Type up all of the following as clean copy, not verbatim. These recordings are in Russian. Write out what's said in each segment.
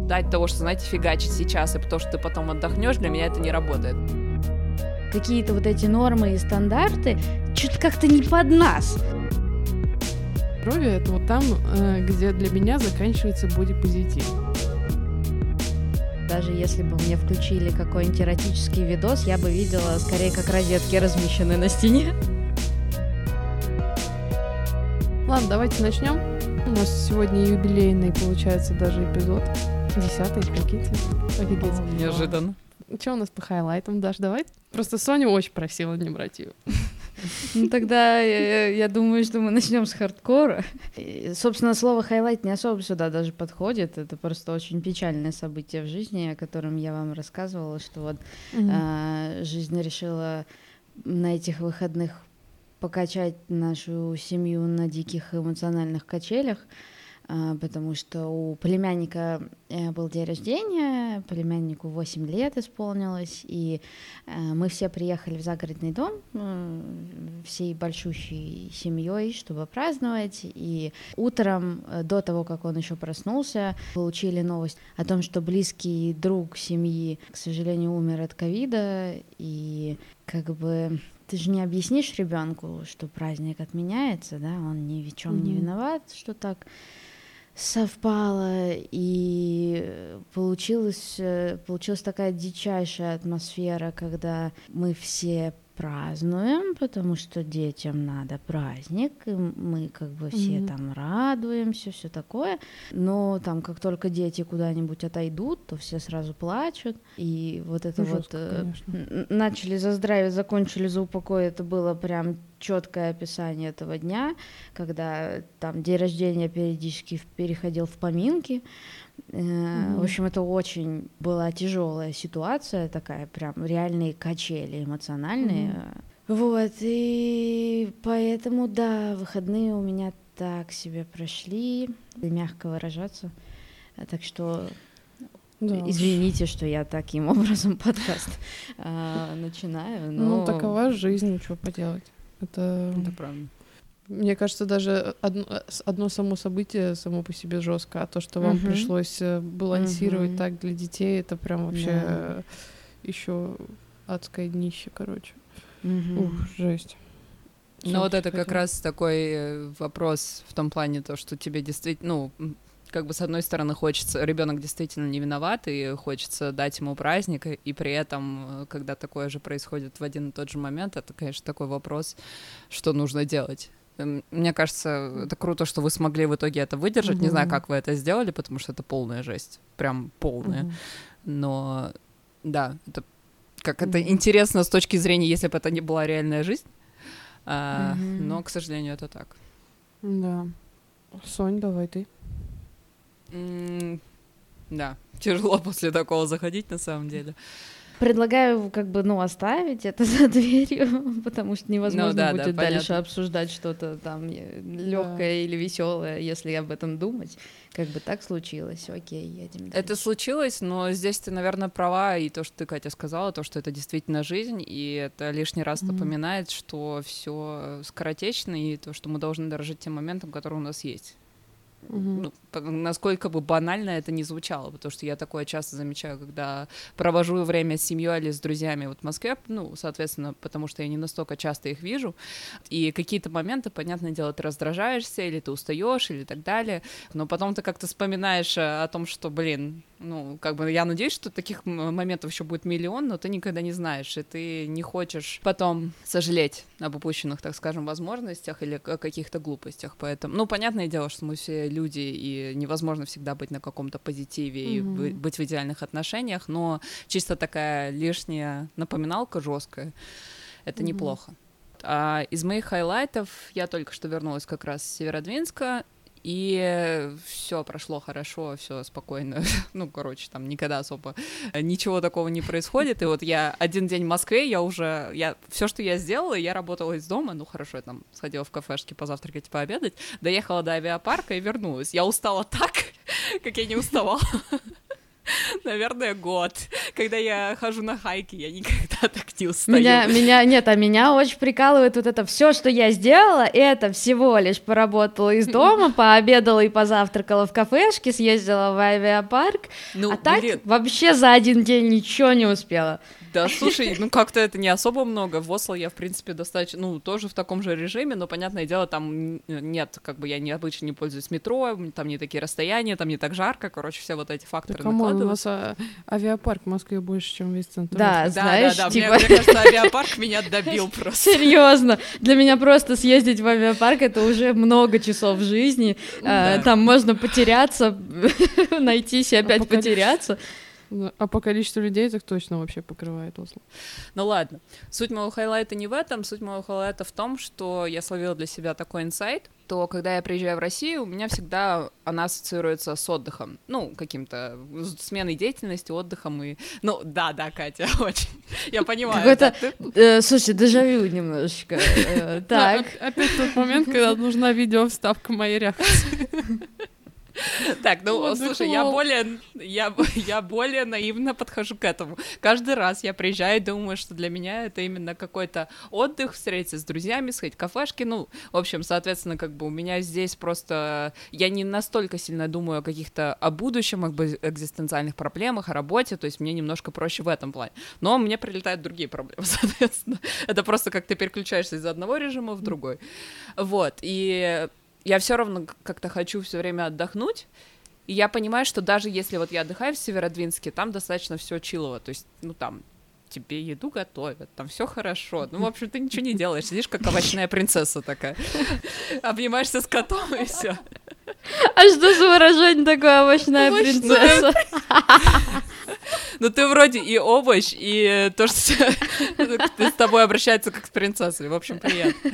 Дать того, что, знаете, фигачить сейчас, и потому что ты потом отдохнешь, для меня это не работает. Какие-то вот эти нормы и стандарты что-то как-то не под нас. Крови — это вот там, где для меня заканчивается бодипозитив. Даже если бы мне включили какой-нибудь эротический видос, я бы видела скорее, как розетки размещены на стене. Ладно, давайте начнем. У нас сегодня юбилейный, получается, даже эпизод. 10-й, прикиньте. Офигеть. Неожиданно. Что у нас по хайлайтам, Даш, давай? Просто Соня очень просила не брать ее. Ну тогда я думаю, что мы начнем с хардкора. И, собственно, слово хайлайт не особо сюда даже подходит. Это просто очень печальное событие в жизни, о котором я вам рассказывала, что вот жизнь решила на этих выходных покачать нашу семью на диких эмоциональных качелях, потому что у племянника был день рождения, племяннику 8 лет исполнилось, и мы все приехали в загородный дом всей большущей семьей, чтобы праздновать, и утром, до того, как он еще проснулся, получили новость о том, что близкий друг семьи, к сожалению, умер от ковида, и как бы... Ты же не объяснишь ребенку, что праздник отменяется, да, он ни в чем не виноват, что так совпало, и получилась такая дичайшая атмосфера, когда мы все празднуем, потому что детям надо праздник, и мы как бы все там радуемся, все такое, но там как только дети куда-нибудь отойдут, то все сразу плачут, и вот это жестко, вот начали за здравие, закончили за упокой, это было прям четкое описание этого дня, когда там день рождения периодически переходил в поминки. В общем, это очень была тяжелая ситуация, такая прям реальные качели эмоциональные. Вот, и поэтому, да, выходные у меня так себе прошли, мягко выражаться. Так что извините, что я таким образом подкаст начинаю. Но... Ну, такова жизнь, что поделать. Это правда. Мне кажется, даже одно само событие само по себе жестко, а то, что вам пришлось балансировать так для детей, это прям вообще еще адское днище, короче. Ух, жесть. Ну вот это как раз такой вопрос в том плане, то, что тебе действительно, ну, как бы с одной стороны хочется, ребенок действительно не виноват, и хочется дать ему праздник, и при этом, когда такое же происходит в один и тот же момент, это, конечно, такой вопрос, что нужно делать. Мне кажется, это круто, что вы смогли в итоге это выдержать. Не знаю, как вы это сделали, потому что это полная жесть. Прям полная. Но да, это как это интересно с точки зрения, если бы это не была реальная жизнь. Но, к сожалению, это так. Да. Сонь, давай ты. Да, тяжело после такого заходить, на самом деле. Предлагаю как бы, оставить это за дверью, потому что невозможно будет дальше обсуждать что-то там легкое или веселое, если об этом думать. Как бы так случилось, окей, едем дальше. Это случилось, но здесь ты, наверное, права, и то, что ты, Катя, сказала, то, что это действительно жизнь, и это лишний раз напоминает, что все скоротечно, и то, что мы должны дорожить тем моментом, который у нас есть. Ну, насколько бы банально это ни звучало, потому что я такое часто замечаю, когда провожу время с семьей или с друзьями вот в Москве, ну, соответственно, потому что я не настолько часто их вижу, и какие-то моменты, понятное дело, ты раздражаешься, или ты устаешь, или так далее, но потом ты как-то вспоминаешь о том, что, блин, ну, как бы я надеюсь, что таких моментов еще будет миллион, но ты никогда не знаешь, и ты не хочешь потом сожалеть об упущенных, так скажем, возможностях или о каких-то глупостях, поэтому, ну, понятное дело, что мы все люди, и невозможно всегда быть на каком-то позитиве и быть в идеальных отношениях, но чисто такая лишняя напоминалка жесткая, это неплохо. А из моих хайлайтов я только что вернулась как раз с Северодвинска, и все прошло хорошо, все спокойно. Ну, короче, там никогда особо ничего такого не происходит. И вот я один день в Москве, все, что я сделала, я работала из дома. Ну, хорошо, я там сходила в кафешки позавтракать, пообедать, доехала до авиапарка и вернулась. Я устала так, как я не уставала. Наверное, год. Когда я хожу на хайки, я никогда так не устаю. Меня очень прикалывает вот это все, что я сделала, это всего лишь поработала из дома, пообедала и позавтракала в кафешке, съездила в авиапарк, так вообще за один день ничего не успела. Да, слушай, как-то это не особо много. В Осло я, в принципе, достаточно, тоже в таком же режиме, но, понятное дело, там нет, я обычно не пользуюсь метро, там не такие расстояния, там не так жарко, короче, все вот эти факторы накладываются. У нас авиапарк в Москве больше, чем весь центр. Да, знаешь, типа... мне кажется, авиапарк меня добил просто. Серьезно, для меня просто съездить в авиапарк — это уже много часов жизни, там можно потеряться, найтись и опять потеряться. А по количеству людей так точно вообще покрывает Осло. Ну ладно, суть моего хайлайта не в этом, суть моего хайлайта в том, что я словила для себя такой инсайт, то когда я приезжаю в Россию, у меня всегда она ассоциируется с отдыхом, каким-то сменой деятельности, отдыхом и... Да, Катя, очень. Я понимаю. Какой-то, слушай, дежавю немножечко. Так. Опять тот момент, когда нужна видеовставка моей реакции. Так, слушай, я более наивно подхожу к этому. Каждый раз я приезжаю и думаю, что для меня это именно какой-то отдых, встретиться с друзьями, сходить в кафешки, в общем, соответственно, у меня здесь просто... Я не настолько сильно думаю о будущем, экзистенциальных проблемах, о работе, то есть мне немножко проще в этом плане. Но мне прилетают другие проблемы, соответственно. Это просто как ты переключаешься из одного режима в другой. Вот, и... Я все равно как-то хочу все время отдохнуть, и я понимаю, что даже если я отдыхаю в Северодвинске, там достаточно все чилово, то есть, там тебе еду готовят, там все хорошо, в общем, ты ничего не делаешь, сидишь как овощная принцесса такая, обнимаешься с котом и все. А что за выражение такое, овощная принцесса? Ты вроде и овощ, и то, что с тобой обращаются как с принцессой, в общем, приятно.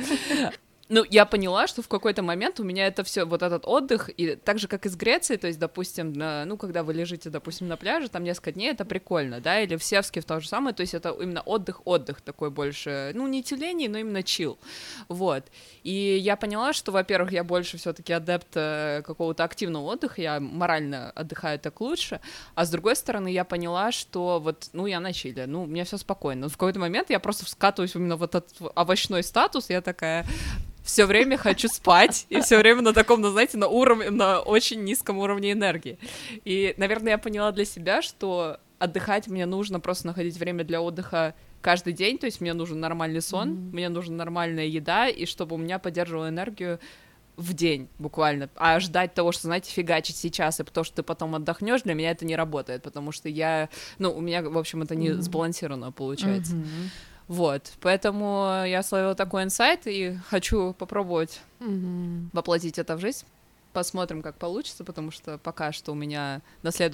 Я поняла, что в какой-то момент у меня это все, вот этот отдых, и так же, как и с Грецией, то есть, допустим, когда вы лежите, допустим, на пляже, там несколько дней, это прикольно, да, или в Севске то же самое, то есть это именно отдых такой больше, не тюленей, но именно чил, вот. И я поняла, что, во-первых, я больше все-таки адепт какого-то активного отдыха, я морально отдыхаю так лучше, а с другой стороны, я поняла, что я на чиле, у меня все спокойно. В какой-то момент я просто скатываюсь именно в этот овощной статус, я такая... Все время хочу спать, и все время на таком, на очень низком уровне энергии. И, наверное, я поняла для себя, что отдыхать мне нужно просто находить время для отдыха каждый день, то есть мне нужен нормальный сон, мне нужна нормальная еда, и чтобы у меня поддерживала энергию в день буквально. А ждать того, что, фигачить сейчас, и то, что ты потом отдохнешь, для меня это не работает, потому что у меня, в общем, это не сбалансированно получается. Вот, поэтому я словила такой инсайт и хочу попробовать воплотить это в жизнь. Посмотрим, как получится, потому что пока что у меня на всю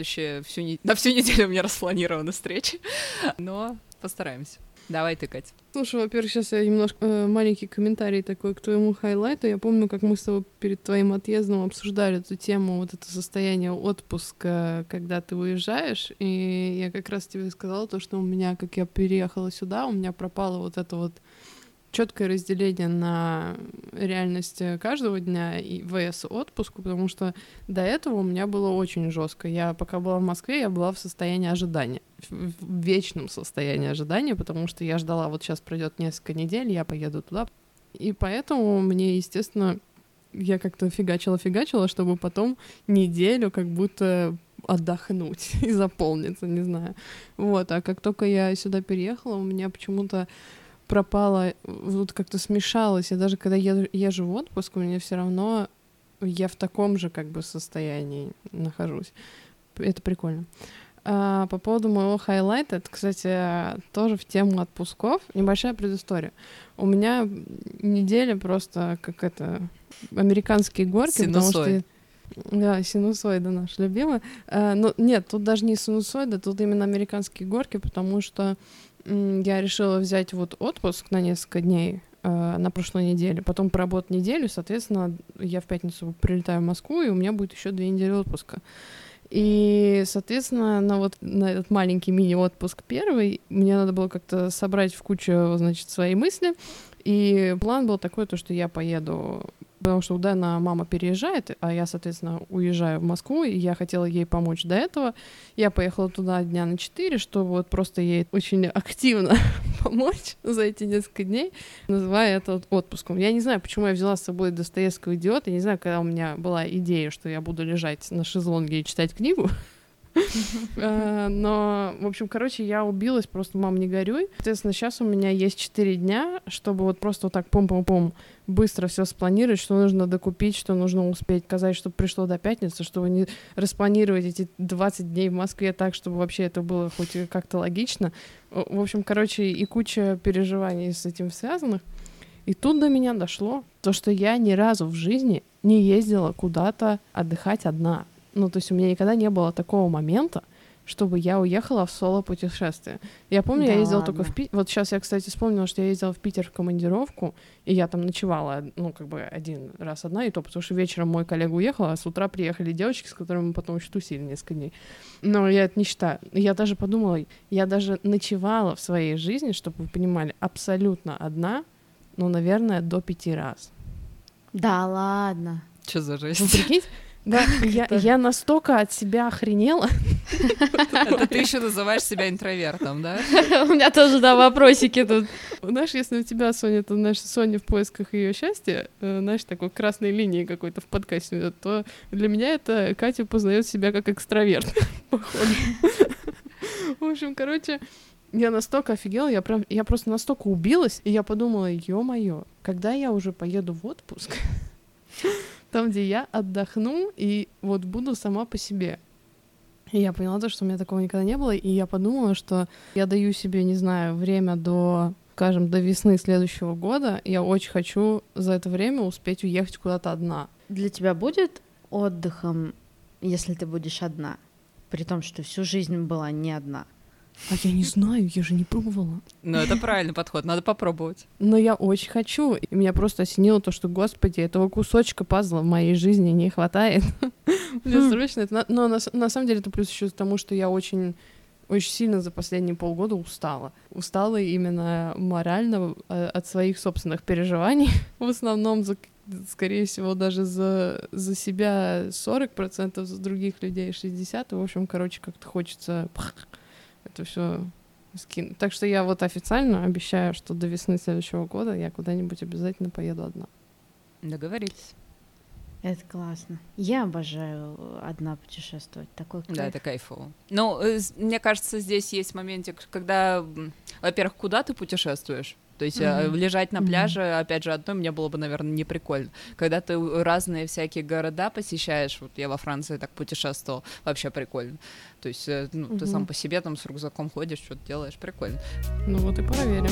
неделю у меня распланированы встречи, но постараемся. Давай ты, Кать. Слушай, во-первых, сейчас я немножко маленький комментарий такой к твоему хайлайту. Я помню, как мы с тобой перед твоим отъездом обсуждали эту тему, это состояние отпуска, когда ты уезжаешь, и я как раз тебе сказала то, что у меня, как я переехала сюда, у меня пропало это четкое разделение на реальность каждого дня и vs отпуску, потому что до этого у меня было очень жестко. Я пока была в Москве, я была в состоянии ожидания, в вечном состоянии ожидания, потому что я ждала, сейчас пройдет несколько недель, я поеду туда. И поэтому мне, естественно, я как-то фигачила, чтобы потом неделю как будто отдохнуть и заполниться, не знаю. А как только я сюда переехала, у меня почему-то пропало, как-то смешалось. И даже когда я езжу в отпуск, у меня все равно я в таком же состоянии нахожусь. Это прикольно. А по поводу моего хайлайта, это, кстати, тоже в тему отпусков. Небольшая предыстория. У меня неделя просто американские горки. Синусоид. Да, синусоида наша любимая. Но нет, тут даже не синусоида, тут именно американские горки, потому что я решила взять отпуск на несколько дней на прошлой неделе, потом поработать неделю, соответственно, я в пятницу прилетаю в Москву, и у меня будет еще 2 недели отпуска. И, соответственно, на этот маленький мини-отпуск первый мне надо было как-то собрать в кучу, свои мысли, и план был такой, что я поеду в потому что у Дэна мама переезжает, а я, соответственно, уезжаю в Москву, и я хотела ей помочь до этого. Я поехала туда дня на 4, чтобы вот просто ей очень активно помочь за эти несколько дней, называя это отпуском. Я не знаю, почему я взяла с собой Достоевского «Идиота», я не знаю, когда у меня была идея, что я буду лежать на шезлонге и читать книгу, но, в общем, короче, я убилась, просто, мам, не горюй. Соответственно, сейчас у меня есть 4 дня, чтобы вот просто вот так пом-пом-пом быстро все спланировать, что нужно докупить, что нужно успеть сказать, чтобы пришло до пятницы, чтобы не распланировать эти 20 дней в Москве так, чтобы вообще это было хоть как-то логично. В общем, короче, и куча переживаний с этим связанных. И тут до меня дошло то, что я ни разу в жизни не ездила куда-то отдыхать одна. Ну, то есть у меня никогда не было такого момента, чтобы я уехала в соло-путешествие. Я помню, да, я ездила только в Питер. Вот сейчас я, кстати, вспомнила, что я ездила в Питер в командировку, и я там ночевала, ну, как бы один раз одна, и то потому что вечером мой коллега уехал, а с утра приехали девочки, с которыми мы потом еще тусили несколько дней. Но я это не считаю. Я даже подумала, я даже ночевала в своей жизни, чтобы вы понимали, абсолютно одна, ну, наверное, до 5 раз. Да ладно. Что за жесть? Вы прикиньте? Да, я настолько от себя охренела. Это ты еще называешь себя интровертом, да? У меня тоже, да, вопросики тут. Знаешь, если у тебя, Соня, то, знаешь, Соня в поисках ее счастья, знаешь, такой красной линии какой-то в подкасте, то для меня это Катя познает себя как экстраверт, походу. В общем, короче, я настолько офигела, я просто настолько убилась, и я подумала, ё-моё, когда я уже поеду в отпуск, там, где я отдохну и вот буду сама по себе. И я поняла то, что у меня такого никогда не было, и я подумала, что я даю себе, не знаю, время до, скажем, до весны следующего года. Я очень хочу за это время успеть уехать куда-то одна. Для тебя будет отдыхом, если ты будешь одна? При том, что всю жизнь была не одна. А я не знаю, я же не пробовала. Ну, это правильный подход, надо попробовать. Но я очень хочу. И меня просто осенило то, что, господи, этого кусочка пазла в моей жизни не хватает. Мне срочно это... Но на самом деле это плюс еще к тому, что я очень сильно за последние полгода устала. Устала именно морально от своих собственных переживаний. В основном, скорее всего, даже за себя 40%, за других людей 60%. В общем, короче, как-то хочется... это все скину. Так что я вот официально обещаю, что до весны следующего года я куда-нибудь обязательно поеду одна. Договорились. Это классно. Я обожаю одна путешествовать. Такой кайф. Да, это кайфово. Ну, мне кажется, здесь есть моментик, когда, во-первых, куда ты путешествуешь? То есть лежать на пляже, опять же, одной мне было бы, наверное, не прикольно. Когда ты разные всякие города посещаешь, вот я во Франции так путешествовал, вообще прикольно. То есть, ну, ты сам по себе там с рюкзаком ходишь, что-то делаешь, прикольно. Ну вот и проверим.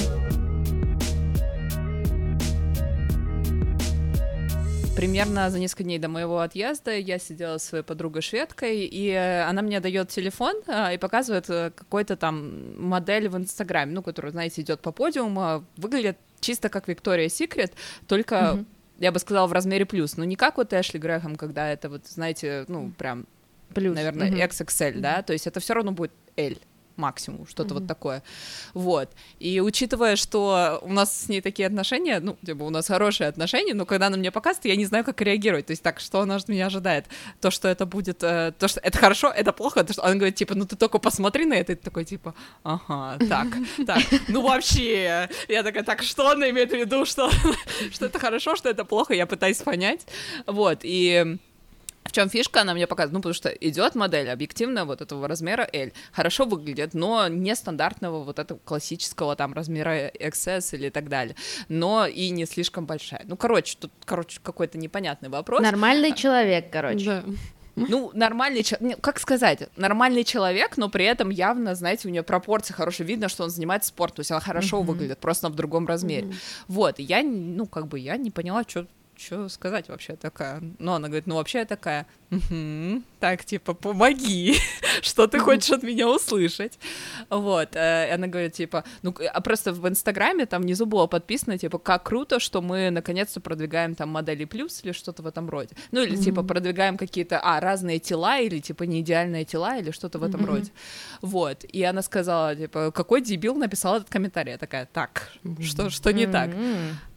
Примерно за несколько дней до моего отъезда я сидела со своей подругой-шведкой, и она мне дает телефон и показывает какой-то там модель в Инстаграме, ну, которая, знаете, идет по подиуму, выглядит чисто как Виктория Секрет, только, я бы сказала, в размере плюс. Но не как вот Эшли Грэхэм, когда это вот, знаете, ну, прям, плюс, наверное, XXL, да, то есть это все равно будет L. Максимум, что-то вот такое. Вот. И учитывая, что у нас с ней такие отношения, ну, типа, у нас хорошие отношения, но когда она мне показывает, я не знаю, как реагировать. То есть так, что она от меня ожидает? То, что это будет... то, что это хорошо, это плохо? То, что она говорит, типа, ну, ты только посмотри на это, и ты такой, типа, ага, так, ну, вообще. Я такая, так, что она имеет в виду? Что это хорошо, что это плохо? Я пытаюсь понять. Вот, и... В чем фишка, она мне показывает, ну, потому что идет модель объективно вот этого размера L, хорошо выглядит, но не стандартного вот этого классического там размера XS или так далее, но и не слишком большая. Ну, короче, тут, какой-то непонятный вопрос. Нормальный человек, короче. Да. Ну, нормальный человек, как сказать, нормальный человек, но при этом явно, знаете, у нее пропорции хорошие, видно, что он занимается спортом, то есть она хорошо выглядит, просто в другом размере. Вот, и я, ну, как бы, я не поняла, что сказать вообще такая. Ну, она говорит, ну, вообще я такая, так, типа, помоги, что ты хочешь от меня услышать. Вот, и она говорит, типа, ну, а просто в Инстаграме там внизу было подписано, типа, как круто, что мы наконец-то продвигаем там модели плюс или что-то в этом роде. Ну, или, типа, продвигаем какие-то, разные тела или, типа, неидеальные тела или что-то в этом роде. Вот, и она сказала, типа, какой дебил написал этот комментарий? Я такая, так, что не так?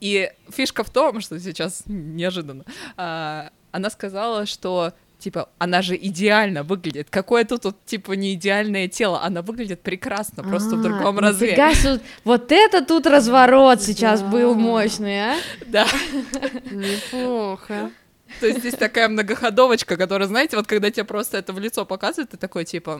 И фишка в том, что сейчас неожиданно, она сказала, что типа, она же идеально выглядит. Какое тут вот, типа, не идеальное тело. Она выглядит прекрасно, просто в другом размере. Вот это тут разворот сейчас был мощный, а? Да. Неплохо. То есть здесь такая многоходовочка, которая, знаете, вот когда тебе просто это в лицо показывают, ты такой, типа,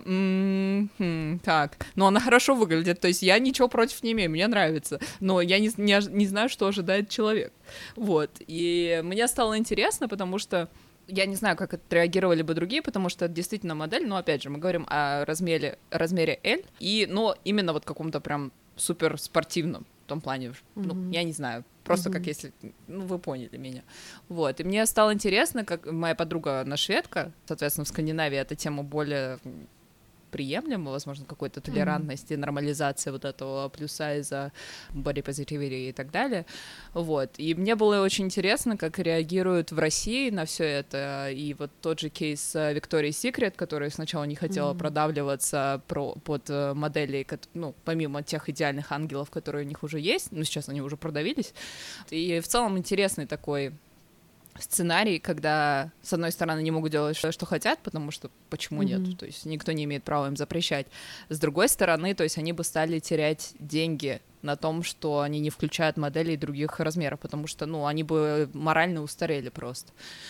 так, но она хорошо выглядит, то есть я ничего против не имею, мне нравится, но я не знаю, что ожидает человек. Вот, и мне стало интересно, потому что я не знаю, как отреагировали бы другие, потому что это действительно модель, но, опять же, мы говорим о размере L, но именно вот каком-то прям супер спортивном в том плане, ну, я не знаю, просто как если, ну, вы поняли меня. Вот, и мне стало интересно, как моя подруга, она шведка, соответственно, в Скандинавии эта тема более приемлемо, возможно, какой-то толерантности, нормализации вот этого плюс-сайза, body positivity и так далее, вот, и мне было очень интересно, как реагируют в России на все это, и вот тот же кейс Victoria's Secret, которая сначала не хотела продавливаться под моделей, ну, помимо тех идеальных ангелов, которые у них уже есть, ну, сейчас они уже продавились, и в целом интересный такой сценарий, когда, с одной стороны, не могут делать, что хотят, потому что почему нет? То есть никто не имеет права им запрещать. С другой стороны, то есть они бы стали терять деньги на том, что они не включают модели других размеров, потому что, ну, они бы морально устарели просто.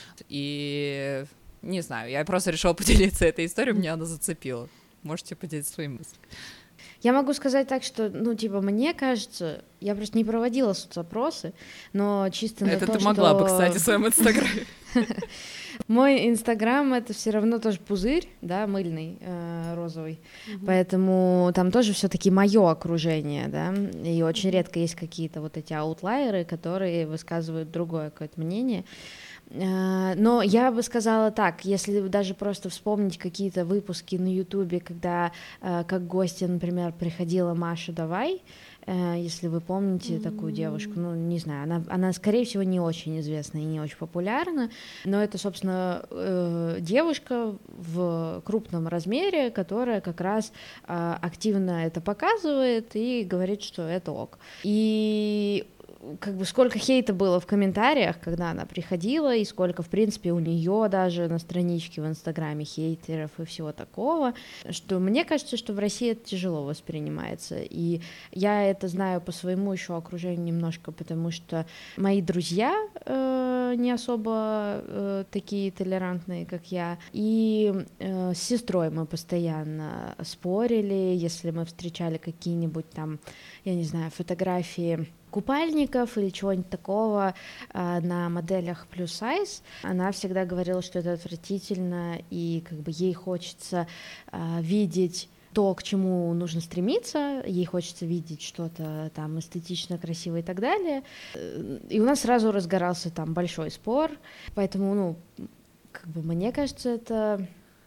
И не знаю, я просто решила поделиться этой историей, меня она зацепила. Можете поделиться своими мыслями. Я могу сказать так, что, ну, типа, мне кажется, я просто не проводила соцопросы, но чисто на это то, ты могла что... бы, кстати, в своем инстаграме. Мой инстаграм — это все равно тоже пузырь, да, мыльный, розовый, поэтому там тоже все-таки мое окружение, да, и очень редко есть какие-то вот эти аутлайеры, которые высказывают другое какое-то мнение. Но я бы сказала так, если даже просто вспомнить какие-то выпуски на Ютубе, когда как гостья, например, приходила Маша Давай, если вы помните такую девушку, ну, не знаю, она, скорее всего, не очень известна и не очень популярна, но это, собственно, девушка в крупном размере, которая как раз активно это показывает и говорит, что это ок. И как бы сколько хейта было в комментариях, когда она приходила, и сколько, в принципе, у нее даже на страничке в Инстаграме хейтеров и всего такого, что мне кажется, что в России это тяжело воспринимается, и я это знаю по своему еще окружению немножко, потому что мои друзья не особо такие толерантные, как я, и с сестрой мы постоянно спорили, если мы встречали какие-нибудь там, я не знаю, фотографии купальников или чего-нибудь такого на моделях плюс сайз, она всегда говорила, что это отвратительно, и как бы ей хочется видеть то, к чему нужно стремиться, ей хочется видеть что-то там эстетично, красиво и так далее. И у нас сразу разгорался там большой спор, поэтому, ну, как бы мне кажется, эта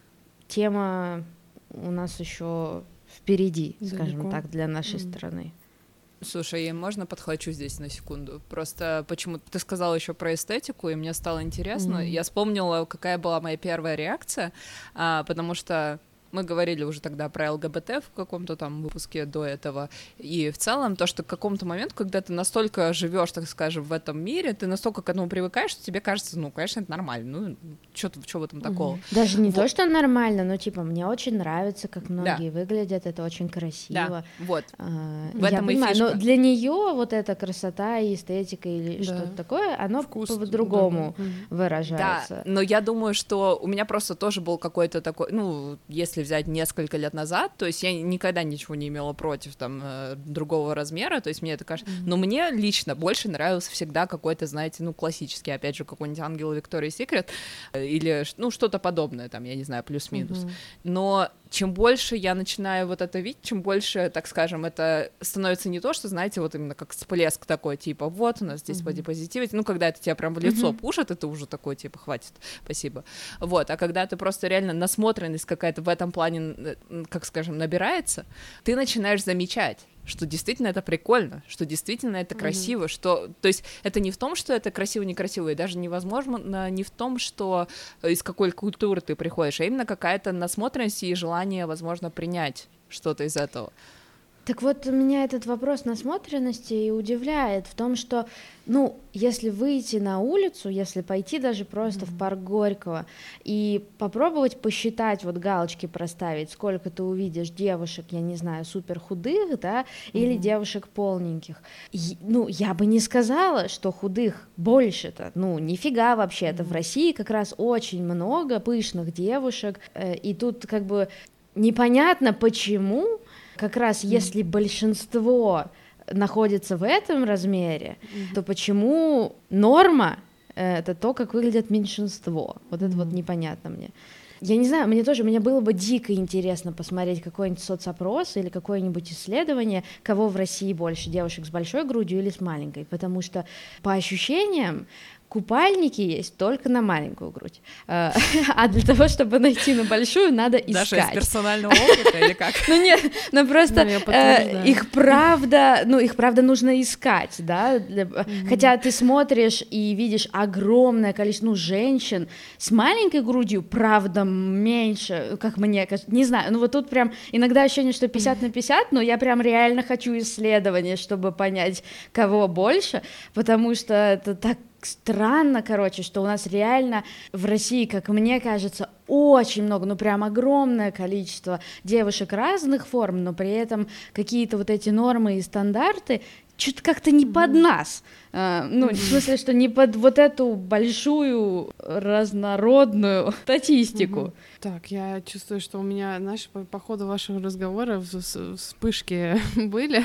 тема у нас еще впереди, скажем так, для нашей страны. Слушай, можно подхвачу здесь на секунду? Просто почему ты сказала еще про эстетику, и мне стало интересно. Я вспомнила, какая была моя первая реакция, потому что мы говорили уже тогда про ЛГБТ в каком-то там выпуске до этого, и в целом то, что к какому-то моменту, когда ты настолько живешь, так скажем, в этом мире, ты настолько к этому привыкаешь, что тебе кажется, ну, конечно, это нормально, ну, что в этом такого? Даже не то, что нормально, но, типа, мне очень нравится, как многие выглядят, это очень красиво. Да, вот, в этом и фишка. Но для нее вот эта красота и эстетика или что-то такое, оно по-другому выражается. Да, но я думаю, что у меня просто тоже был какой-то такой, ну, если взять несколько лет назад, то есть я никогда ничего не имела против там другого размера, то есть мне это кажется, но мне лично больше нравился всегда какой-то, знаете, ну, классический, опять же, какой-нибудь ангел Victoria's Secret или, ну, что-то подобное, там, я не знаю, плюс-минус, но чем больше я начинаю вот это видеть, чем больше, так скажем, это становится не то, что, знаете, вот именно как всплеск такой, типа, вот у нас здесь бодипозитивити, ну, когда это тебя прям в лицо пушит, это уже такой, типа, хватит, спасибо, вот, а когда ты просто реально насмотренность какая-то в этом плане, как скажем, набирается, ты начинаешь замечать, что действительно это прикольно, что действительно это красиво, что, то есть это не в том, что это красиво-некрасиво, и даже невозможно не в том, что из какой культуры ты приходишь, а именно какая-то насмотренность и желание, возможно, принять что-то из этого. Так вот, меня этот вопрос насмотренности и удивляет в том, что, если выйти на улицу, если пойти даже просто в парк Горького и попробовать посчитать, вот галочки проставить, сколько ты увидишь девушек, я не знаю, супер худых, да, или девушек полненьких, я бы не сказала, что худых больше-то, нифига вообще, это в России как раз очень много пышных девушек, и тут как бы непонятно почему. Как раз если большинство находится в этом размере, то почему норма — это то, как выглядит меньшинство? Вот это вот непонятно мне. Я не знаю, мне было бы дико интересно посмотреть какой-нибудь соцопрос или какое-нибудь исследование, кого в России больше, девушек с большой грудью или с маленькой, потому что по ощущениям купальники есть только на маленькую грудь, а для того, чтобы найти на большую, надо искать. Даша из персонального опыта или как? Нет, просто их правда нужно искать, да, хотя ты смотришь и видишь огромное количество женщин с маленькой грудью, правда, меньше, как мне кажется, не знаю, вот тут прям иногда ощущение, что 50/50, но я прям реально хочу исследования, чтобы понять, кого больше, потому что это так странно, что у нас реально в России, как мне кажется, очень много, прям огромное количество девушек разных форм, но при этом какие-то вот эти нормы и стандарты что-то как-то не под нас, в смысле, что не под вот эту большую разнородную статистику. Так, я чувствую, что у меня, знаешь, по ходу ваших разговоров вспышки были.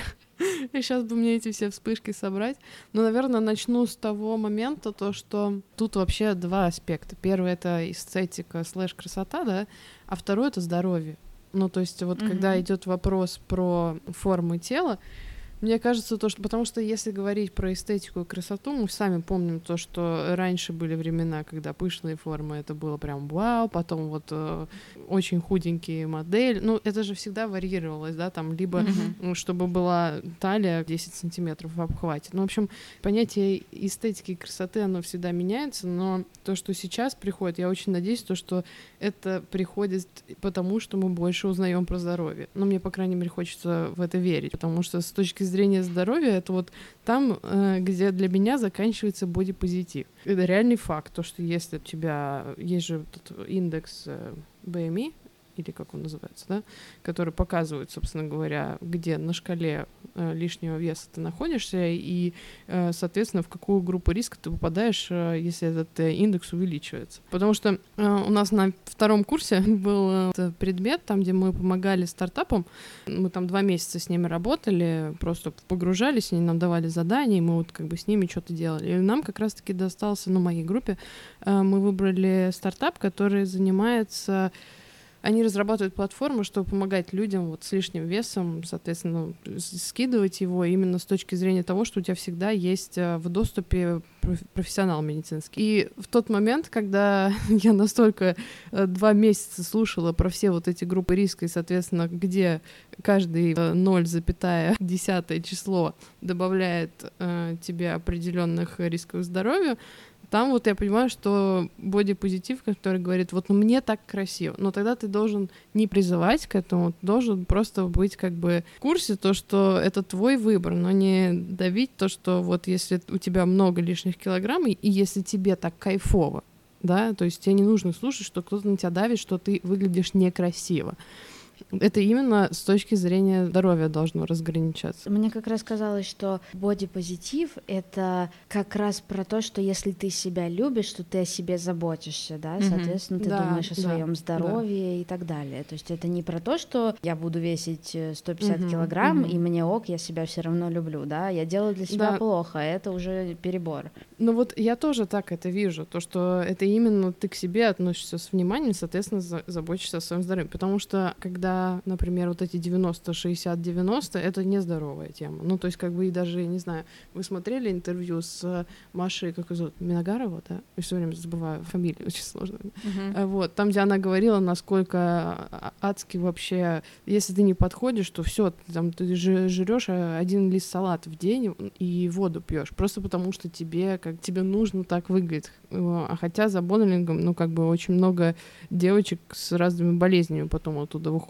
И сейчас бы мне эти все вспышки собрать. Но, наверное, начну с того момента, что тут вообще два аспекта. Первый — это эстетика / красота, да, а второй — это здоровье. То есть вот когда идет вопрос про форму тела, мне кажется, потому что если говорить про эстетику и красоту, мы сами помним то, что раньше были времена, когда пышные формы это было прям вау, потом вот очень худенькие модели, это же всегда варьировалось, да, там либо чтобы была талия 10 сантиметров в обхвате. В общем, понятие эстетики и красоты, оно всегда меняется, но то, что сейчас приходит, я очень надеюсь, что это приходит потому, что мы больше узнаем про здоровье. Мне, по крайней мере, хочется в это верить, потому что с точки зрения здоровья, это вот там, где для меня заканчивается бодипозитив. Это реальный факт, то, что если у тебя есть же этот индекс BMI, или как он называется, да, который показывает, собственно говоря, где на шкале лишнего веса ты находишься и, соответственно, в какую группу риска ты попадаешь, если этот индекс увеличивается. Потому что у нас на 2 курсе был предмет, там, где мы помогали стартапам, мы там 2 месяца с ними работали, просто погружались, они нам давали задания, и мы вот как бы с ними что-то делали. И нам как раз-таки достался, моей группе, мы выбрали стартап, который занимается... Они разрабатывают платформу, чтобы помогать людям вот с лишним весом, соответственно, скидывать его именно с точки зрения того, что у тебя всегда есть в доступе профессионал медицинский. И в тот момент, когда я настолько 2 месяца слушала про все вот эти группы риска, и, соответственно, где каждый 0,10 число добавляет тебе определенных рисков здоровью, там вот я понимаю, что бодипозитив, который говорит, вот мне так красиво, но тогда ты должен не призывать к этому, должен просто быть как бы в курсе то, что это твой выбор, но не давить то, что вот если у тебя много лишних килограмм, и если тебе так кайфово, да, то есть тебе не нужно слушать, что кто-то на тебя давит, что ты выглядишь некрасиво. Это именно с точки зрения здоровья должно разграничаться. Мне как раз казалось, что бодипозитив — это как раз про то, что если ты себя любишь, то ты о себе заботишься, да, соответственно, ты думаешь о своем здоровье и так далее. То есть это не про то, что я буду весить 150 килограмм, и мне ок, я себя все равно люблю, да, я делаю для себя плохо, это уже перебор. Ну вот я тоже так это вижу, то, что это именно ты к себе относишься с вниманием, соответственно, заботишься о своем здоровье, потому что когда, например, вот эти 90, 60, 90, это нездоровая тема. Ну, то есть, как бы, и даже, не знаю, вы смотрели интервью с Машей, как ее зовут, Миногарова, да? Я все время забываю фамилию, очень сложно. Вот, там, где она говорила, насколько адски вообще, если ты не подходишь, то все, там, ты жрешь 1 лист салата в день и воду пьешь, просто потому что тебе нужно так выглядеть. А хотя за бодилингом, ну, как бы, очень много девочек с разными болезнями потом оттуда выходят.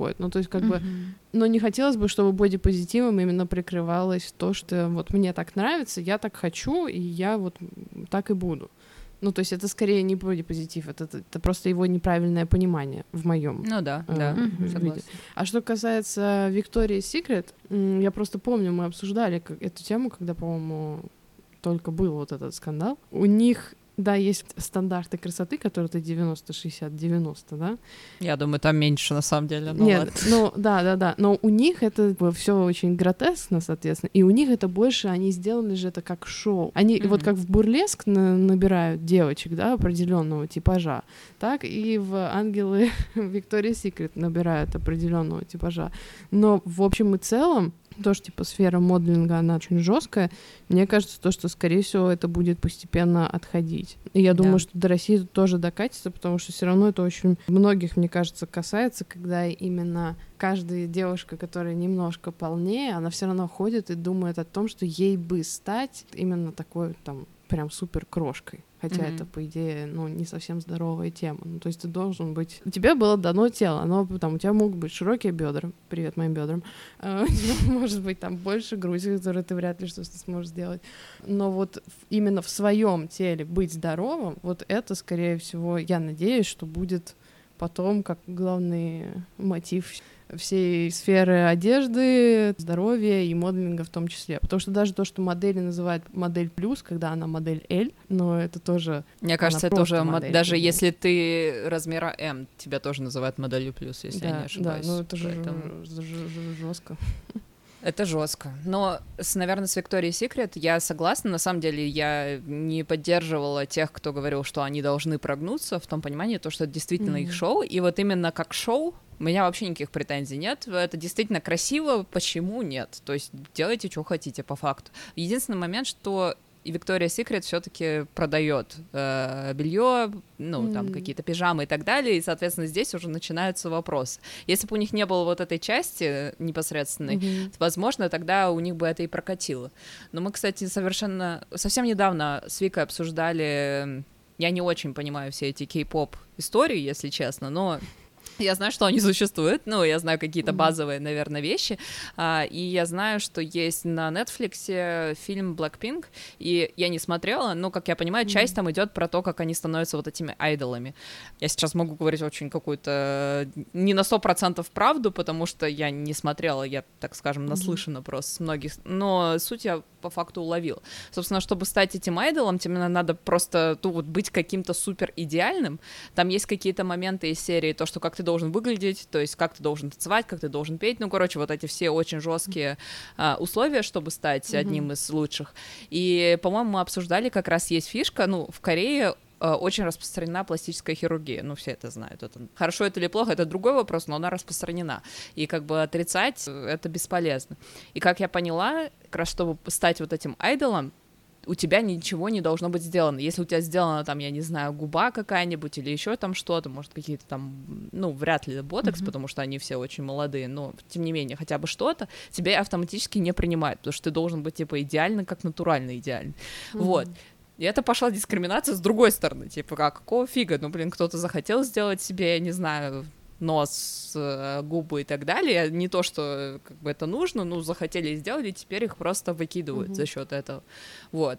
происходит. Ну, то есть, как бы... Но не хотелось бы, чтобы бодипозитивом именно прикрывалось то, что вот мне так нравится, я так хочу, и я вот так и буду. Ну, то есть это скорее не бодипозитив, это просто его неправильное понимание в моем. Ну да, виде. А что касается Victoria's Secret, я просто помню, мы обсуждали эту тему, когда, по-моему, только был вот этот скандал. У них, да, есть стандарты красоты, которые это 90-60-90, да? Я думаю, там меньше, на самом деле. Ну, нет, ну, да, но у них это все очень гротескно, соответственно, и у них это больше, они сделали же это как шоу. Они вот как в бурлеск набирают девочек, да, определенного типажа, так и в ангелы Victoria's Secret набирают определенного типажа. Но в общем и целом, тоже, типа, сфера моделинга, она очень жесткая. Мне кажется, то, что, скорее всего, это будет постепенно отходить. И я думаю, что до России это тоже докатится, потому что все равно это очень многих, мне кажется, касается, когда именно каждая девушка, которая немножко полнее, она все равно ходит и думает о том, что ей бы стать именно такой, там, прям супер крошкой. Хотя это, по идее, ну, не совсем здоровая тема. Ну, то есть ты должен быть... У тебя было дано тело, оно там, у тебя могут быть широкие бедра, привет моим бедрам, у тебя может быть там больше груди, которые ты вряд ли что-то сможешь сделать. Но вот именно в своем теле быть здоровым, вот это, скорее всего, я надеюсь, что будет потом как главный мотив всей сферы одежды, здоровья и моделинга в том числе. Потому что даже то, что модели называют модель плюс, когда она модель L, но это тоже... Мне кажется, это уже даже если ты размера М, тебя тоже называют моделью плюс, если я не ошибаюсь. Да, ну это же жестко. Это жестко. Но, наверное, с Victoria's Secret я согласна. На самом деле я не поддерживала тех, кто говорил, что они должны прогнуться в том понимании, то, что это действительно их шоу. И вот именно как шоу у меня вообще никаких претензий нет. Это действительно красиво. Почему нет? То есть делайте, что хотите, по факту. Единственный момент, что и Victoria's Secret все-таки продает белье, ну, там какие-то пижамы и так далее, и, соответственно, здесь уже начинаются вопросы. Если бы у них не было вот этой части непосредственной, возможно, тогда у них бы это и прокатило. Но мы, кстати, совсем недавно с Викой обсуждали, я не очень понимаю все эти кей-поп истории, если честно, но... Я знаю, что они существуют, ну, я знаю какие-то базовые, наверное, вещи, и я знаю, что есть на Netflix фильм Blackpink, и я не смотрела, но, как я понимаю, часть там идет про то, как они становятся вот этими айдолами. Я сейчас могу говорить очень какую-то не на 100% правду, потому что я не смотрела, я, так скажем, наслышана просто с многих, но суть я по факту уловила. Собственно, чтобы стать этим айдолом, тебе надо просто вот быть каким-то супер идеальным. Там есть какие-то моменты из серии, то, что как ты должен выглядеть, то есть как ты должен танцевать, как ты должен петь, ну, короче, вот эти все очень жесткие условия, чтобы стать одним из лучших. И, по-моему, мы обсуждали, как раз есть фишка, ну, в Корее очень распространена пластическая хирургия, ну, все это знают. Это хорошо это или плохо, это другой вопрос, но она распространена. И как бы отрицать это бесполезно. И как я поняла, как раз чтобы стать вот этим айдолом, у тебя ничего не должно быть сделано. Если у тебя сделана там, я не знаю, губа какая-нибудь или еще там что-то, может, какие-то там, ну, вряд ли ботокс, потому что они все очень молодые, но, тем не менее, хотя бы что-то, тебя автоматически не принимают, потому что ты должен быть, типа, идеальный, как натурально идеальный. Вот. И это пошла дискриминация с другой стороны, типа, какого фига? Ну, блин, кто-то захотел сделать себе, я не знаю, нос, губы и так далее. Не то, что как бы это нужно, ну, захотели и сделали, теперь их просто выкидывают за счет этого. Вот.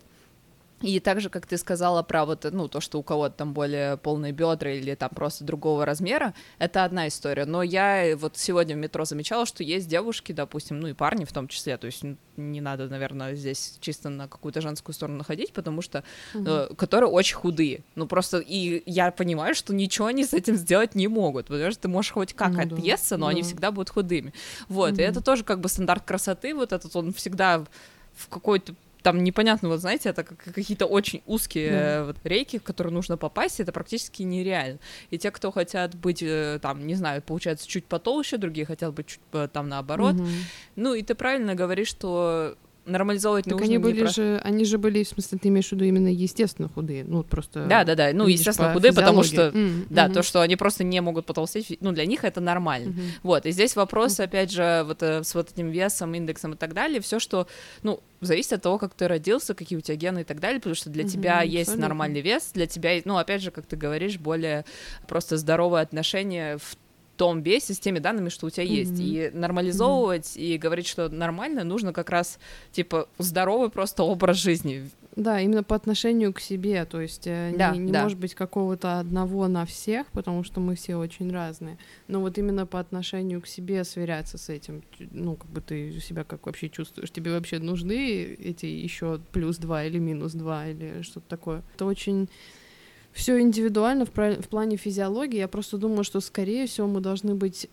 И также, как ты сказала про вот, ну, то, что у кого-то там более полные бедра или там просто другого размера, это одна история. Но я вот сегодня в метро замечала, что есть девушки, допустим, ну и парни в том числе, то есть не надо, наверное, здесь чисто на какую-то женскую сторону находить, потому что, которые очень худые. Ну просто, и я понимаю, что ничего они с этим сделать не могут, потому что ты можешь хоть как отъесться, но они всегда будут худыми. Вот, и это тоже как бы стандарт красоты, вот этот он всегда в какой-то там непонятно, вот знаете, это какие-то очень узкие вот рейки, в которые нужно попасть, это практически нереально. И те, кто хотят быть, там, не знаю, получается, чуть потолще, другие хотят быть чуть там наоборот. Ну, и ты правильно говоришь, что нормализовывать так нужно. Они были они же были, в смысле, ты имеешь в виду именно естественно худые, ну просто. Да, ну естественно худые, потому что, да, то, что они просто не могут потолстеть, ну для них это нормально. Вот, и здесь вопрос, опять же, вот с вот этим весом, индексом и так далее, все, что, ну, зависит от того, как ты родился, какие у тебя гены и так далее, потому что для тебя есть нормальный вес, для тебя, ну, опять же, как ты говоришь, более просто здоровое отношение в том весе с теми данными, что у тебя есть. И нормализовывать и говорить, что нормально, нужно как раз, типа, здоровый просто образ жизни. Да, именно по отношению к себе, то есть не может быть какого-то одного на всех, потому что мы все очень разные, но вот именно по отношению к себе сверяться с этим, ну, как бы ты себя как вообще чувствуешь, тебе вообще нужны эти еще +2 или -2 или что-то такое. Это очень... Все индивидуально в плане физиологии. Я просто думаю, что, скорее всего, мы должны быть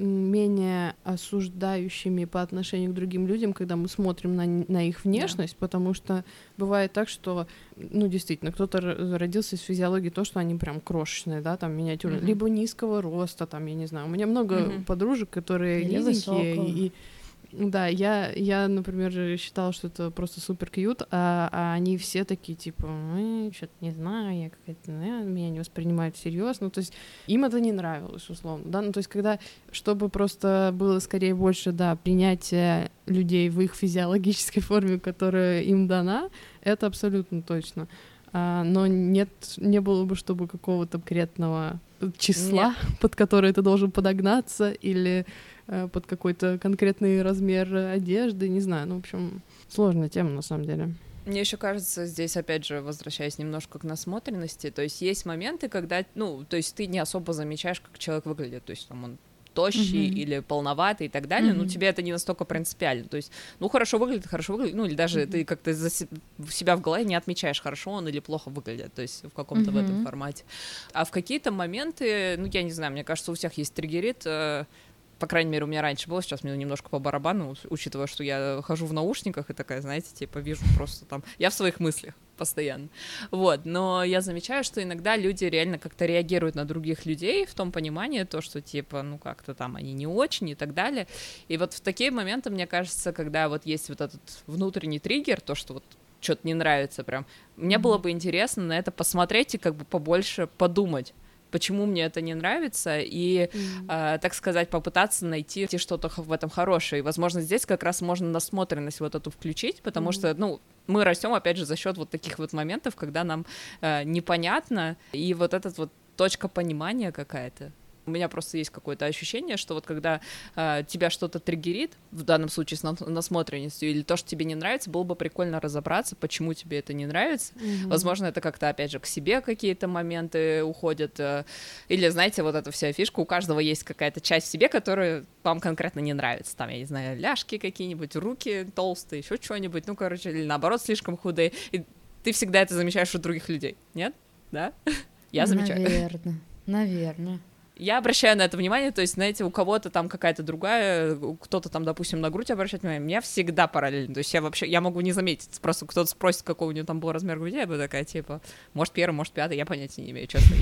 менее осуждающими по отношению к другим людям, когда мы смотрим на их внешность, потому что бывает так, что, ну, действительно, кто-то родился с физиологией то, что они прям крошечные, да, там, миниатюрные, либо низкого роста, там, я не знаю. У меня много подружек, которые низенькие, и да, я, например, считала, что это просто супер кьют, а они все такие, типа, что-то не знаю, я какая-то, меня не воспринимают всерьез. Ну, то есть им это не нравилось, условно, да, ну, то есть когда, чтобы просто было скорее больше, да, принятия людей в их физиологической форме, которая им дана, это абсолютно точно. Но не было бы, чтобы какого-то конкретного числа, под которое ты должен подогнаться, или под какой-то конкретный размер одежды, не знаю, ну, в общем, сложная тема, на самом деле. Мне еще кажется, здесь, опять же, возвращаясь немножко к насмотренности, то есть есть моменты, когда, ну, то есть ты не особо замечаешь, как человек выглядит, то есть там он тощий или полноватый и так далее, но тебе это не настолько принципиально, то есть, ну, хорошо выглядит, ну, или даже ты как-то себя в голове не отмечаешь, хорошо он или плохо выглядит, то есть в каком-то в этом формате. А в какие-то моменты, ну, я не знаю, мне кажется, у всех есть триггерит, по крайней мере, у меня раньше было, сейчас мне немножко по барабану, учитывая, что я хожу в наушниках и такая, знаете, типа, вижу просто там... Я в своих мыслях постоянно. Вот, но я замечаю, что иногда люди реально как-то реагируют на других людей в том понимании, то, что, типа, ну, как-то там они не очень и так далее. И вот в такие моменты, мне кажется, когда вот есть вот этот внутренний триггер, то, что вот что-то не нравится прям, мне было бы интересно на это посмотреть и как бы побольше подумать, почему мне это не нравится, и, так сказать, попытаться найти что-то в этом хорошее. И, возможно, здесь как раз можно насмотренность вот эту включить, потому что, ну, мы растем, опять же, за счет вот таких вот моментов, когда нам непонятно, и вот эта вот точка понимания какая-то. У меня просто есть какое-то ощущение, что вот когда тебя что-то триггерит, в данном случае с насмотренностью, или то, что тебе не нравится, было бы прикольно разобраться, почему тебе это не нравится. Возможно, это как-то, опять же, к себе какие-то моменты уходят. Или, знаете, вот эта вся фишка, у каждого есть какая-то часть в себе, которая вам конкретно не нравится. Там, я не знаю, ляжки какие-нибудь, руки толстые, еще что-нибудь, ну, короче, или наоборот, слишком худые. И ты всегда это замечаешь у других людей, нет? Да? Я замечаю. Наверное. Я обращаю на это внимание, то есть, знаете, у кого-то там какая-то другая, кто-то там, допустим, на грудь обращает внимание, у меня всегда параллельно, то есть я могу не заметить, просто кто-то спросит, какого у него там был размер груди, я буду такая, типа, может, 1, может, 5, я понятия не имею, честно,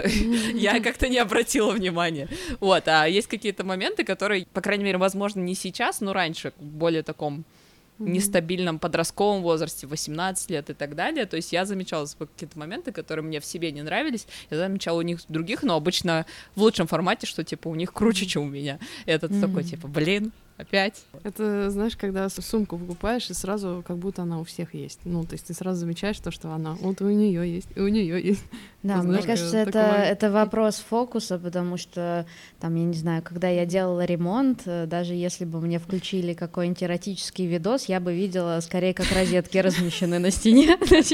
я как-то не обратила внимания, вот, а есть какие-то моменты, которые, по крайней мере, возможно, не сейчас, но раньше, в более таком нестабильном подростковом возрасте, 18 лет и так далее, то есть я замечала какие-то моменты, которые мне в себе не нравились, я замечала у них других, но обычно в лучшем формате, что, типа, у них круче, чем у меня, и это такой, типа, блин, опять. Это, знаешь, когда сумку покупаешь, и сразу как будто она у всех есть. Ну, то есть ты сразу замечаешь то, что она вот у нее есть, и у нее есть. Да, мне кажется, это вопрос фокуса, потому что, там, я не знаю, когда я делала ремонт, даже если бы мне включили какой-нибудь эротический видос, я бы видела скорее, как розетки размещены на стене,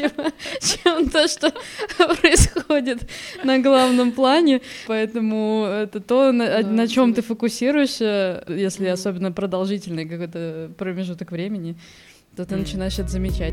чем то, что происходит на главном плане. Поэтому это то, на чем ты фокусируешься, если особенно продолжительный какой-то промежуток времени, то ты начинаешь это замечать.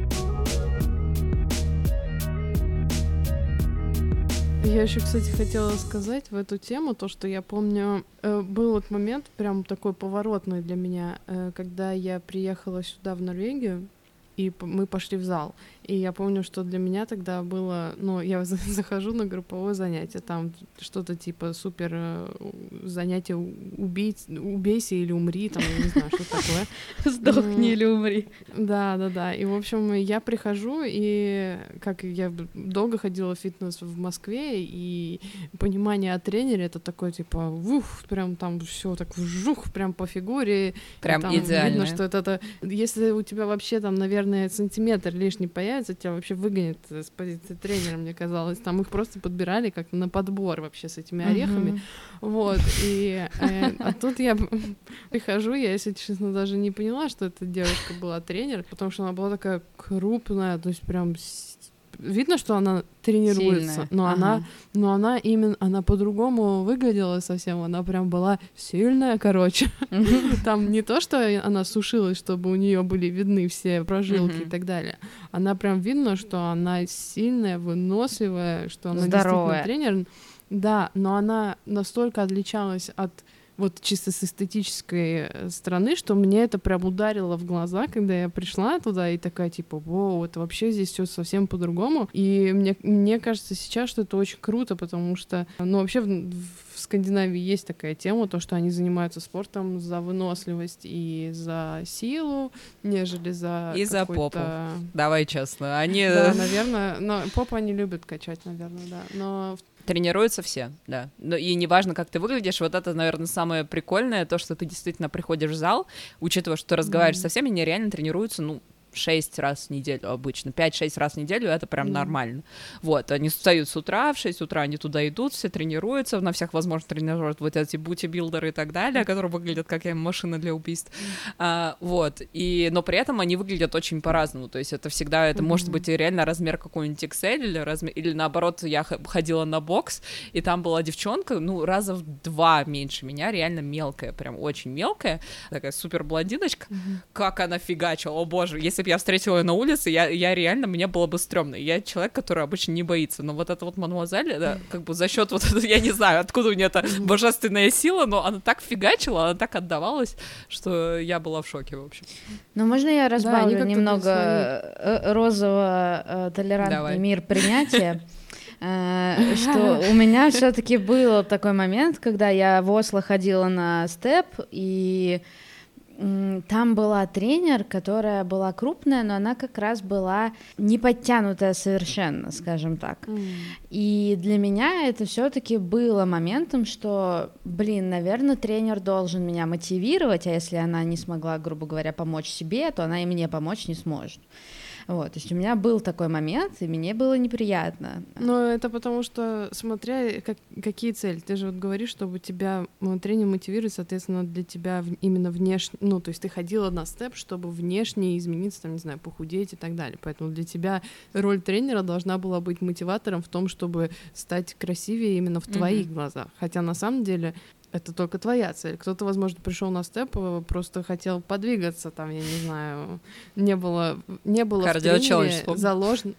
Я еще, кстати, хотела сказать в эту тему, то, что я помню, был вот момент прям такой поворотный для меня, когда я приехала сюда, в Норвегию, и мы пошли в зал. И я помню, что для меня тогда было... Ну, я захожу на групповое занятие, там что-то типа супер занятие убейся или умри, там, я не знаю, что такое. Сдохни или умри. Да. И, в общем, я прихожу, и как я долго ходила в фитнес в Москве, и понимание от тренера — это такое, типа, прям там все так вжух, прям по фигуре. Прям идеально. Видно, что это... Если у тебя вообще там, наверное, сантиметр лишний появится, появится, тебя вообще выгонят с позиции тренера, мне казалось. Там их просто подбирали как на подбор вообще с этими орехами. Вот, и а тут я прихожу, я, если честно, даже не поняла, что эта девушка была тренер, потому что она была такая крупная, то есть прям видно, что она тренируется, сильная. но она именно, она по-другому выглядела совсем, она прям была сильная, короче. Там не то, что она сушилась, чтобы у нее были видны все прожилки и так далее. Она прям видно, что она сильная, выносливая, что она здоровая. действительно тренер. Да, но она настолько отличалась от вот чисто с эстетической стороны, что мне это прям ударило в глаза, когда я пришла туда и такая, типа, вау, это вообще здесь все совсем по-другому. И мне кажется сейчас, что это очень круто, потому что, ну, вообще в Скандинавии есть такая тема, то, что они занимаются спортом за выносливость и за силу, нежели за и за попу. Давай честно. Они... Да, наверное, но попу они любят качать, наверное, да. Но тренируются все, да. Но и неважно, как ты выглядишь, вот это, наверное, самое прикольное, то, что ты действительно приходишь в зал, учитывая, что ты разговариваешь со всеми, они реально тренируются, ну, 6 раз в неделю обычно, 5-6 раз в неделю, это прям нормально. Вот, они встают с утра, в 6 утра они туда идут, все тренируются, на всех возможных тренажерах, вот эти бути-билдеры и так далее, которые выглядят как машина для убийств. Вот, но при этом они выглядят очень по-разному, то есть это всегда, это может быть реально размер какой-нибудь XL, или наоборот, я ходила на бокс, и там была девчонка, ну, раза в 2 меньше меня, реально мелкая, прям очень мелкая, такая супер блондиночка, как она фигачила, о боже, если бы я встретила ее на улице, я реально, мне было бы стрёмно. Я человек, который обычно не боится, но вот эта вот мадемуазель, да, как бы за счет вот этого, я не знаю, откуда у нее эта божественная сила, но она так фигачила, она так отдавалась, что я была в шоке, в общем. Ну, можно я разбавлю немного розово-толерантный мир принятия? Что у меня все-таки был такой момент, когда я в Осло ходила на степ, и там была тренер, которая была крупная, но она как раз была не подтянутая совершенно, скажем так. И для меня это все-таки было моментом, что, наверное, тренер должен меня мотивировать, а если она не смогла, грубо говоря, помочь себе, то она и мне помочь не сможет. Вот, то есть у меня был такой момент, и мне было неприятно. Но это потому что, смотря какие цели, ты же вот говоришь, чтобы тебя тренер мотивирует, соответственно, для тебя именно внешне, ну, то есть ты ходила на степ, чтобы внешне измениться, там, не знаю, похудеть и так далее. Поэтому для тебя роль тренера должна была быть мотиватором в том, чтобы стать красивее именно в твоих глазах. Хотя на самом деле это только твоя цель. Кто-то, возможно, пришел на степ, просто хотел подвигаться, там, я не знаю, не было в тренере заложено,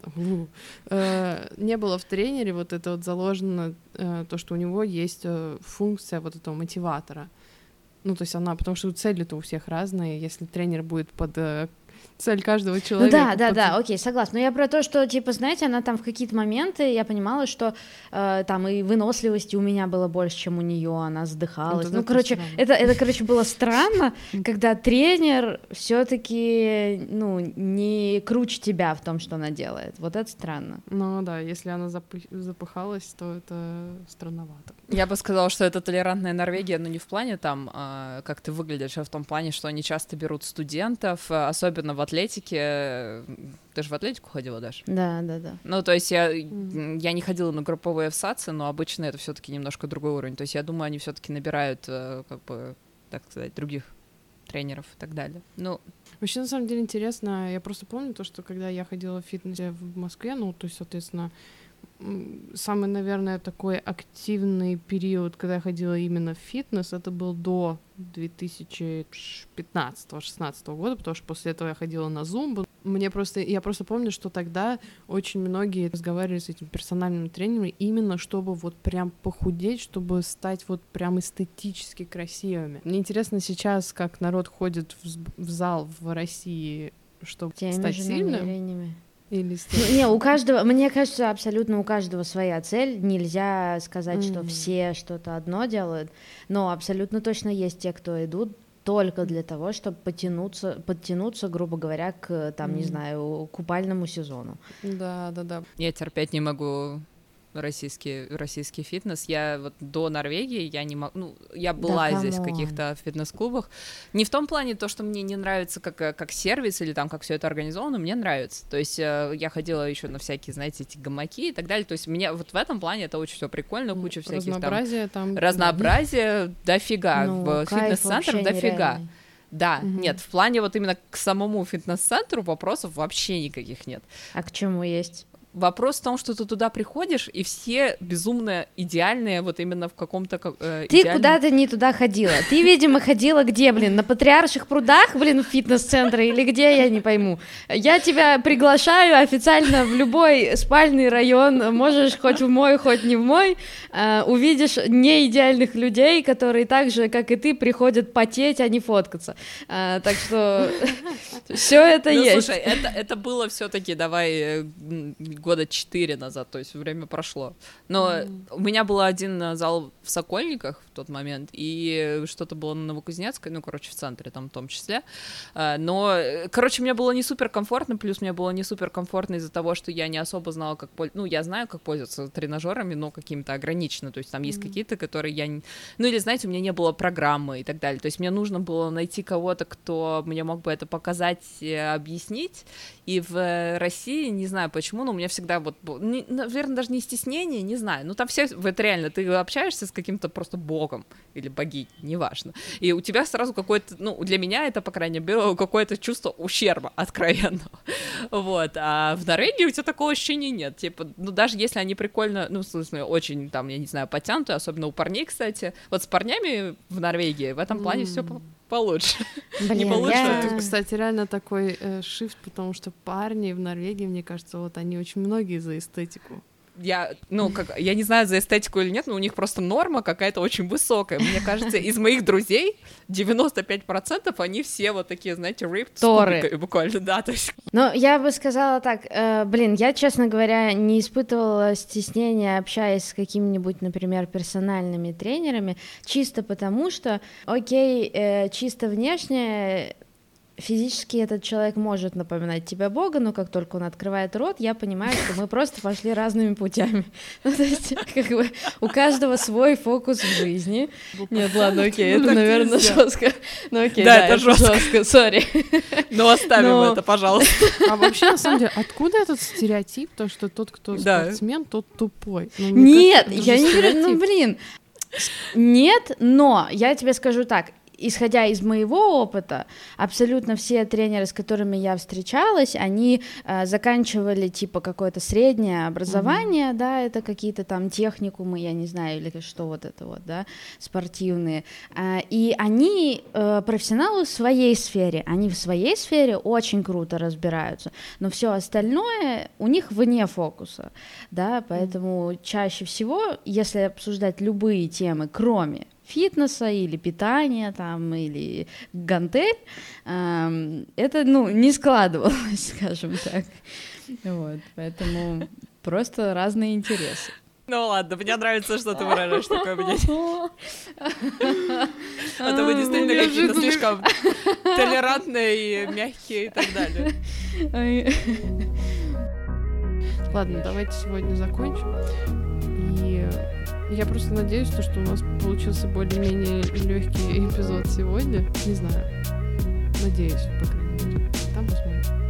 не было в тренере вот это вот заложено, то, что у него есть функция вот этого мотиватора. Ну, то есть она, потому что цели-то у всех разные, если тренер будет под цель каждого человека. Ну да, окей, согласна. Но я про то, что, типа, знаете, она там в какие-то моменты, я понимала, что там и выносливости у меня было больше, чем у нее, она задыхалась. Ну, короче, это, было странно, когда тренер все-таки, ну, не круче тебя в том, что она делает. Вот это странно. Ну да, если она запыхалась, то это странновато. Я бы сказала, что это толерантная Норвегия, но не в плане там, как ты выглядишь, а в том плане, что они часто берут студентов, особенно в атлетике. Ты же в атлетику ходила, Даша? Да. Ну, то есть я не ходила на групповые всацы, но обычно это все-таки немножко другой уровень. То есть я думаю, они все-таки набирают, как бы, так сказать, других тренеров и так далее. Ну, вообще, на самом деле, интересно. Я просто помню то, что когда я ходила в фитнесе в Москве, ну, то есть, соответственно, самый, наверное, такой активный период, когда я ходила именно в фитнес, это был до 2015-16 года, потому что после этого я ходила на зумбу. Я просто помню, что тогда очень многие разговаривали с этим персональным тренером именно чтобы вот прям похудеть, чтобы стать вот прям эстетически красивыми. Мне интересно сейчас, как народ ходит в зал в России, чтобы стать сильным. Не, у каждого, мне кажется, абсолютно у каждого своя цель. Нельзя сказать, что все что-то одно делают, но абсолютно точно есть те, кто идут только для того, чтобы подтянуться, грубо говоря, к, там, не знаю, купальному сезону. Да. Я терпеть не могу российский фитнес. Я вот до Норвегии, я не могу... Ну, я была здесь в каких-то фитнес-клубах. Не в том плане, то, что мне не нравится как сервис или там как все это организовано, мне нравится. То есть я ходила еще на всякие, знаете, эти гамаки и так далее. То есть мне вот в этом плане это очень все прикольно, куча всяких разнообразие дофига. Ну, в фитнес-центрах дофига. Да, нет, в плане вот именно к самому фитнес-центру вопросов вообще никаких нет. А к чему есть? Вопрос в том, что ты туда приходишь, и все безумно идеальные, вот именно в каком-то Ты идеальном... куда-то не туда ходила. Ты, видимо, ходила где, блин, на Патриарших прудах, блин, в фитнес-центре, или где, я не пойму. Я тебя приглашаю официально в любой спальный район, можешь хоть в мой, хоть не в мой, увидишь неидеальных людей, которые так же, как и ты, приходят потеть, а не фоткаться. Так что все это есть. Слушай, это было все-таки, давай... года 4 назад, то есть время прошло. Но у меня был один зал в Сокольниках в тот момент, и что-то было на Новокузнецкой, ну, короче, в центре там в том числе. Но, короче, мне было не супер комфортно, плюс мне было не супер комфортно из-за того, что я не особо знала, как пользоваться. Ну, я знаю, как пользоваться тренажерами, но какими-то ограниченно. То есть там есть какие-то, которые я... Ну, или, знаете, у меня не было программы и так далее. То есть мне нужно было найти кого-то, кто мне мог бы это показать, объяснить. И в России, не знаю почему, но у меня всегда вот, наверное, даже не стеснение, не знаю, ну там все, вот реально, ты общаешься с каким-то просто богом или богиней, неважно, и у тебя сразу какое-то, ну, для меня это, по крайней мере, какое-то чувство ущерба откровенного, вот, а в Норвегии у тебя такого ощущения нет, типа, ну, даже если они прикольно, ну, в смысле, очень, там, я не знаю, подтянутые, особенно у парней, кстати, вот с парнями в Норвегии в этом плане все получше. Блин, не получше. Это, кстати, реально такой шифт, потому что парни в Норвегии, мне кажется, вот они очень многие за эстетику. Я не знаю, за эстетику или нет, но у них просто норма какая-то очень высокая. Мне кажется, из моих друзей 95% они все вот такие, знаете, ripped с кубиками буквально, да, то есть... Ну, я бы сказала так, я, честно говоря, не испытывала стеснения, общаясь с какими-нибудь, например, персональными тренерами, чисто потому что, окей, чисто внешне... Физически этот человек может напоминать тебе Бога, но как только он открывает рот, я понимаю, что мы просто пошли разными путями. Ну, то есть, как бы, у каждого свой фокус в жизни. Нет, ладно, окей, это, наверное, жестко. Ну, окей, да, это жестко, сори. Ну, оставим это, пожалуйста. А вообще, на самом деле, откуда этот стереотип, то, что тот, кто спортсмен, тот тупой? Нет, я не говорю, нет, но я тебе скажу так, исходя из моего опыта, абсолютно все тренеры, с которыми я встречалась, они заканчивали типа какое-то среднее образование, да, это какие-то там техникумы, я не знаю, или что вот это вот, да, спортивные, и они профессионалы в своей сфере, они в своей сфере очень круто разбираются, но все остальное у них вне фокуса, да, поэтому чаще всего, если обсуждать любые темы, кроме фитнеса или питания там, или гантель, это, не складывалось, скажем так. Вот, поэтому просто разные интересы. Ну ладно, мне нравится, что ты выражаешь такое мнение. А то вы действительно какие-то слишком толерантные и мягкие и так далее. Ладно, давайте сегодня закончим. И я просто надеюсь, что у нас получился более-менее легкий эпизод сегодня. Не знаю. Надеюсь, по крайней мере. Там посмотрим.